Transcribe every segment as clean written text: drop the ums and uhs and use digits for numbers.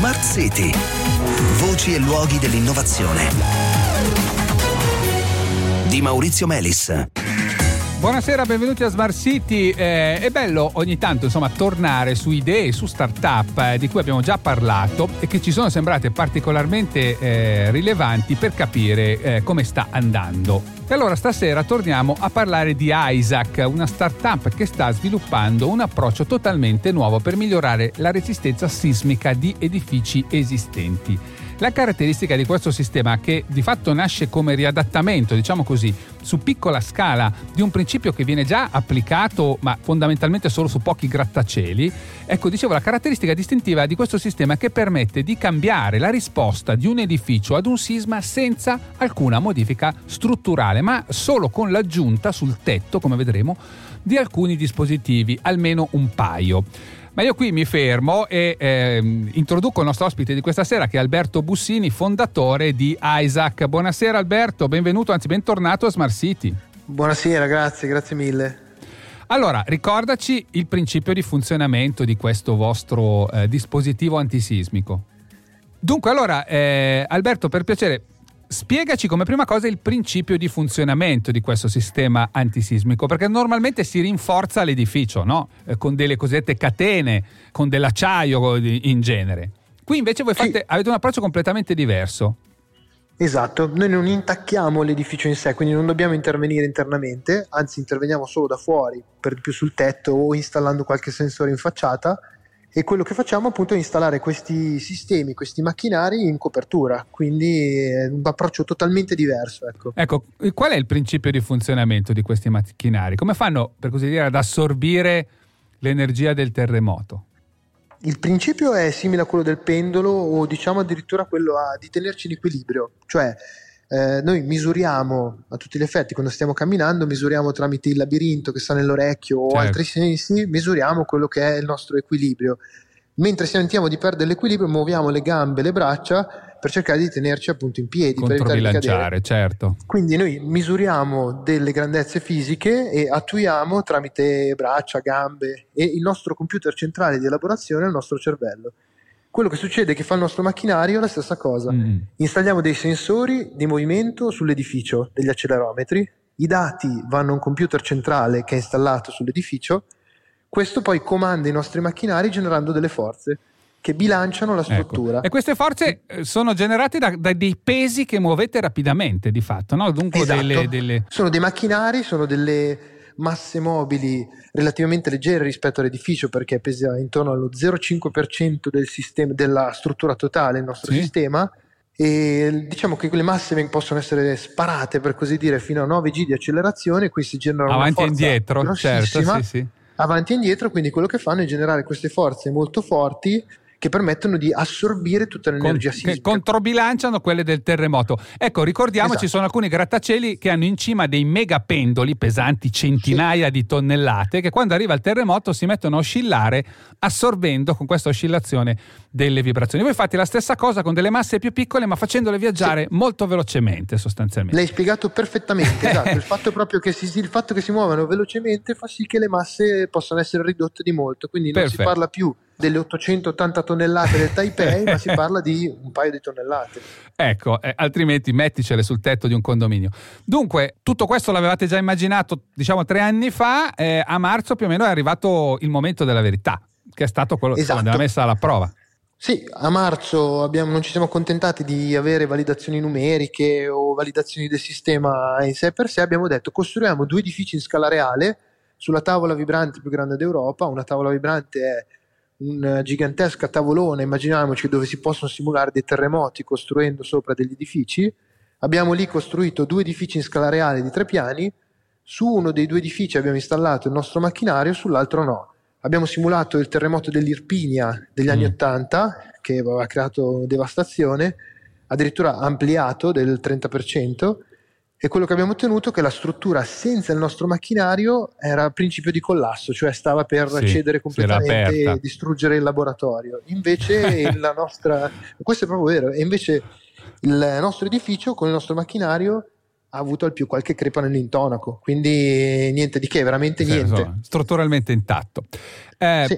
Smart City. Voci e luoghi dell'innovazione. Di Maurizio Melis. Buonasera, benvenuti a Smart City. È bello ogni tanto tornare su idee, su start-up di cui abbiamo già parlato e che ci sono sembrate particolarmente rilevanti per capire come sta andando. E allora stasera torniamo a parlare di Isaac, una startup che sta sviluppando un approccio totalmente nuovo per migliorare la resistenza sismica di edifici esistenti. La caratteristica di questo sistema, che di fatto nasce come riadattamento, diciamo così, su piccola scala di un principio che viene già applicato, ma fondamentalmente solo su pochi grattacieli. Ecco, dicevo, la caratteristica distintiva di questo sistema è che permette di cambiare la risposta di un edificio ad un sisma senza alcuna modifica strutturale, ma solo con l'aggiunta sul tetto, come vedremo, di alcuni dispositivi, almeno un paio. Ma io qui mi fermo e introduco il nostro ospite di questa sera, che è Alberto Bussini, fondatore di Isaac. Buonasera Alberto, benvenuto, anzi bentornato a Smart City. Buonasera, grazie mille. Allora, ricordaci il principio di funzionamento di questo vostro dispositivo antisismico. Dunque, allora, Alberto, per piacere, spiegaci come prima cosa il principio di funzionamento di questo sistema antisismico, perché normalmente si rinforza l'edificio, no? Con delle cosiddette catene, con dell'acciaio in genere. Qui invece voi avete un approccio completamente diverso. Esatto, noi non intacchiamo l'edificio in sé, quindi non dobbiamo intervenire internamente, anzi interveniamo solo da fuori, per di più sul tetto o installando qualche sensore in facciata. E quello che facciamo appunto è installare questi sistemi, questi macchinari in copertura, quindi è un approccio totalmente diverso. Ecco, qual è il principio di funzionamento di questi macchinari? Come fanno, per così dire, ad assorbire l'energia del terremoto? Il principio è simile a quello del pendolo, o diciamo addirittura quello di tenerci in equilibrio, cioè noi misuriamo a tutti gli effetti quando stiamo camminando, misuriamo tramite il labirinto che sta nell'orecchio o altri sensi, misuriamo quello che è il nostro equilibrio. Mentre sentiamo di perdere l'equilibrio, muoviamo le gambe, le braccia per cercare di tenerci appunto in piedi, per evitare di cadere. Certo. Quindi noi misuriamo delle grandezze fisiche e attuiamo tramite braccia, gambe e il nostro computer centrale di elaborazione, il nostro cervello. Quello che succede è che fa il nostro macchinario la stessa cosa. Installiamo dei sensori di movimento sull'edificio, degli accelerometri, i dati vanno a un computer centrale che è installato sull'edificio, questo poi comanda i nostri macchinari generando delle forze che bilanciano la struttura. Ecco. E queste forze sono generate da dei pesi che muovete rapidamente, di fatto, no? Dunque esatto. Sono dei macchinari, sono delle masse mobili relativamente leggere rispetto all'edificio, perché pesa intorno allo 0,5% del sistema, della struttura totale, il nostro sistema, e diciamo che quelle masse possono essere sparate, per così dire, fino a 9G di accelerazione, qui si generano avanti una forza e indietro, certo, sì. Avanti e indietro, quindi quello che fanno è generare queste forze molto forti che permettono di assorbire tutta l'energia sismica. Che controbilanciano quelle del terremoto. Ecco, ricordiamoci, Ci sono alcuni grattacieli che hanno in cima dei megapendoli pesanti centinaia di tonnellate, che quando arriva il terremoto si mettono a oscillare, assorbendo con questa oscillazione delle vibrazioni. Voi fate la stessa cosa con delle masse più piccole, ma facendole viaggiare molto velocemente, sostanzialmente. L'hai spiegato perfettamente, esatto. Il fatto proprio che il fatto che si muovano velocemente fa sì che le masse possano essere ridotte di molto, quindi non si parla più delle 880 tonnellate del Taipei, ma si parla di un paio di tonnellate. Ecco, altrimenti metticele sul tetto di un condominio. Dunque, tutto questo l'avevate già immaginato, 3 anni fa, a marzo più o meno è arrivato il momento della verità, che è stato quello della messa alla prova. Sì, a marzo non ci siamo accontentati di avere validazioni numeriche o validazioni del sistema in sé per sé, abbiamo detto costruiamo 2 edifici in scala reale sulla tavola vibrante più grande d'Europa. Una tavola vibrante è una gigantesca tavolona, immaginiamoci, dove si possono simulare dei terremoti costruendo sopra degli edifici. Abbiamo lì costruito 2 edifici in scala reale di 3 piani, su uno dei 2 edifici abbiamo installato il nostro macchinario, sull'altro no. Abbiamo simulato il terremoto dell'Irpinia degli anni 80, che aveva creato devastazione, addirittura ampliato del 30%, e quello che abbiamo ottenuto è che la struttura senza il nostro macchinario era a principio di collasso, cioè stava per cedere completamente e distruggere il laboratorio. Invece questo è proprio vero, e invece il nostro edificio con il nostro macchinario ha avuto al più qualche crepa nell'intonaco, quindi niente di che, veramente niente. Strutturalmente intatto. Sì.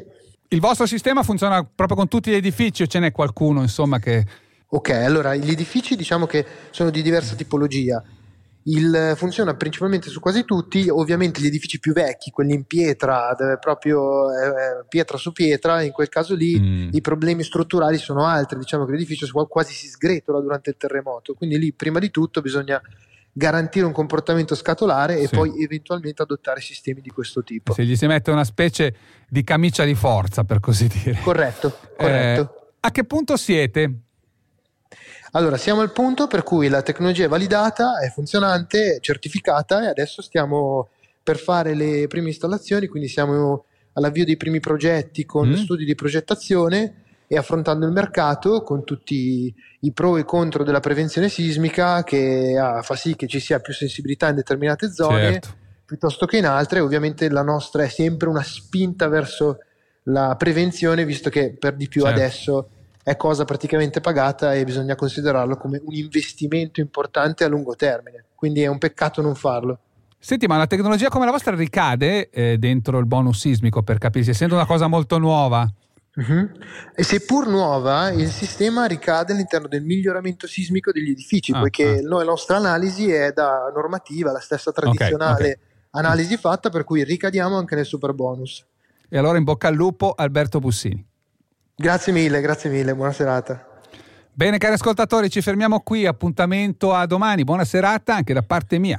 Il vostro sistema funziona proprio con tutti gli edifici o ce n'è qualcuno, insomma, che... Ok, allora gli edifici diciamo che sono di diversa tipologia. Funziona principalmente su quasi tutti, ovviamente gli edifici più vecchi, quelli in pietra, proprio pietra su pietra, in quel caso lì i problemi strutturali sono altri, diciamo che l'edificio quasi si sgretola durante il terremoto, quindi lì prima di tutto bisogna garantire un comportamento scatolare e poi eventualmente adottare sistemi di questo tipo. Se gli si mette una specie di camicia di forza, per così dire. Corretto. A che punto siete? Allora, siamo al punto per cui la tecnologia è validata, è funzionante, è certificata e adesso stiamo per fare le prime installazioni, quindi siamo all'avvio dei primi progetti con studi di progettazione e affrontando il mercato con tutti i pro e contro della prevenzione sismica che fa sì che ci sia più sensibilità in determinate zone piuttosto che in altre. Ovviamente la nostra è sempre una spinta verso la prevenzione, visto che per di più adesso è cosa praticamente pagata e bisogna considerarlo come un investimento importante a lungo termine, quindi è un peccato non farlo. Senti, ma una tecnologia come la vostra ricade dentro il bonus sismico, per capirsi, essendo una cosa molto nuova? E seppur nuova, il sistema ricade all'interno del miglioramento sismico degli edifici, poiché la nostra analisi è da normativa, la stessa tradizionale analisi fatta, per cui ricadiamo anche nel super bonus. E allora in bocca al lupo, Alberto Bussini. Grazie mille, buona serata. Bene, cari ascoltatori, ci fermiamo qui, appuntamento a domani, buona serata anche da parte mia.